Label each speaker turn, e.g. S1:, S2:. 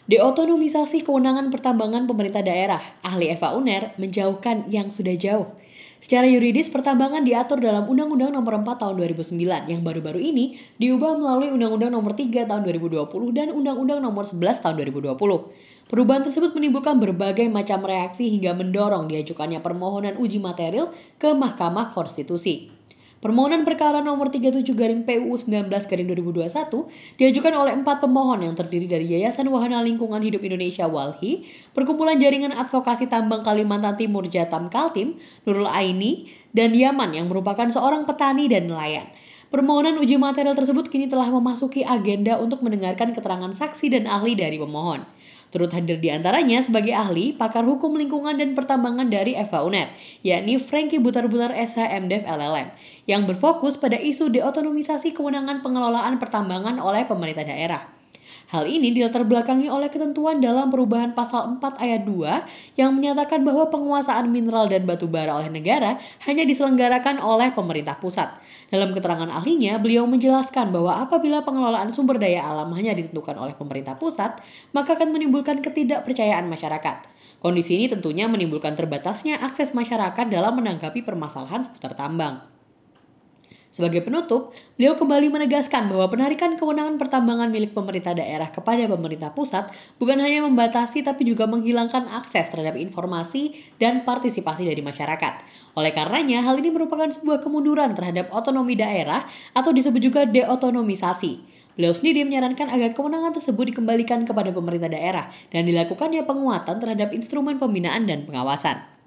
S1: Deotonomisasi kewenangan pertambangan pemerintah daerah, ahli Eva Uner menjauhkan yang sudah jauh. Secara yuridis, pertambangan diatur dalam Undang-Undang Nomor 4 Tahun 2009 yang baru-baru ini diubah melalui Undang-Undang Nomor 3 Tahun 2020 dan Undang-Undang Nomor 11 Tahun 2020. Perubahan tersebut menimbulkan berbagai macam reaksi hingga mendorong diajukannya permohonan uji material ke Mahkamah Konstitusi. Permohonan perkara nomor 37/PUU 19/2021 diajukan oleh 4 pemohon yang terdiri dari Yayasan Wahana Lingkungan Hidup Indonesia (WALHI), Perkumpulan Jaringan Advokasi Tambang Kalimantan Timur Jatam Kaltim, Nurul Aini, dan Yaman yang merupakan seorang petani dan nelayan. Permohonan uji material tersebut kini telah memasuki agenda untuk mendengarkan keterangan saksi dan ahli dari pemohon. Turut hadir di antaranya sebagai ahli, pakar hukum lingkungan dan pertambangan dari Eva Uner, yakni Franky Butar-Butar SH MDev LLM, yang berfokus pada isu deotonomisasi kewenangan pengelolaan pertambangan oleh pemerintah daerah. Hal ini dilatar belakangi oleh ketentuan dalam perubahan pasal 4 ayat 2 yang menyatakan bahwa penguasaan mineral dan batu bara oleh negara hanya diselenggarakan oleh pemerintah pusat. Dalam keterangan ahlinya, beliau menjelaskan bahwa apabila pengelolaan sumber daya alam hanya ditentukan oleh pemerintah pusat, maka akan menimbulkan ketidakpercayaan masyarakat. Kondisi ini tentunya menimbulkan terbatasnya akses masyarakat dalam menanggapi permasalahan seputar tambang. Sebagai penutup, beliau kembali menegaskan bahwa penarikan kewenangan pertambangan milik pemerintah daerah kepada pemerintah pusat bukan hanya membatasi tapi juga menghilangkan akses terhadap informasi dan partisipasi dari masyarakat. Oleh karenanya, hal ini merupakan sebuah kemunduran terhadap otonomi daerah atau disebut juga deotonomisasi. Beliau sendiri menyarankan agar kewenangan tersebut dikembalikan kepada pemerintah daerah dan dilakukannya penguatan terhadap instrumen pembinaan dan pengawasan.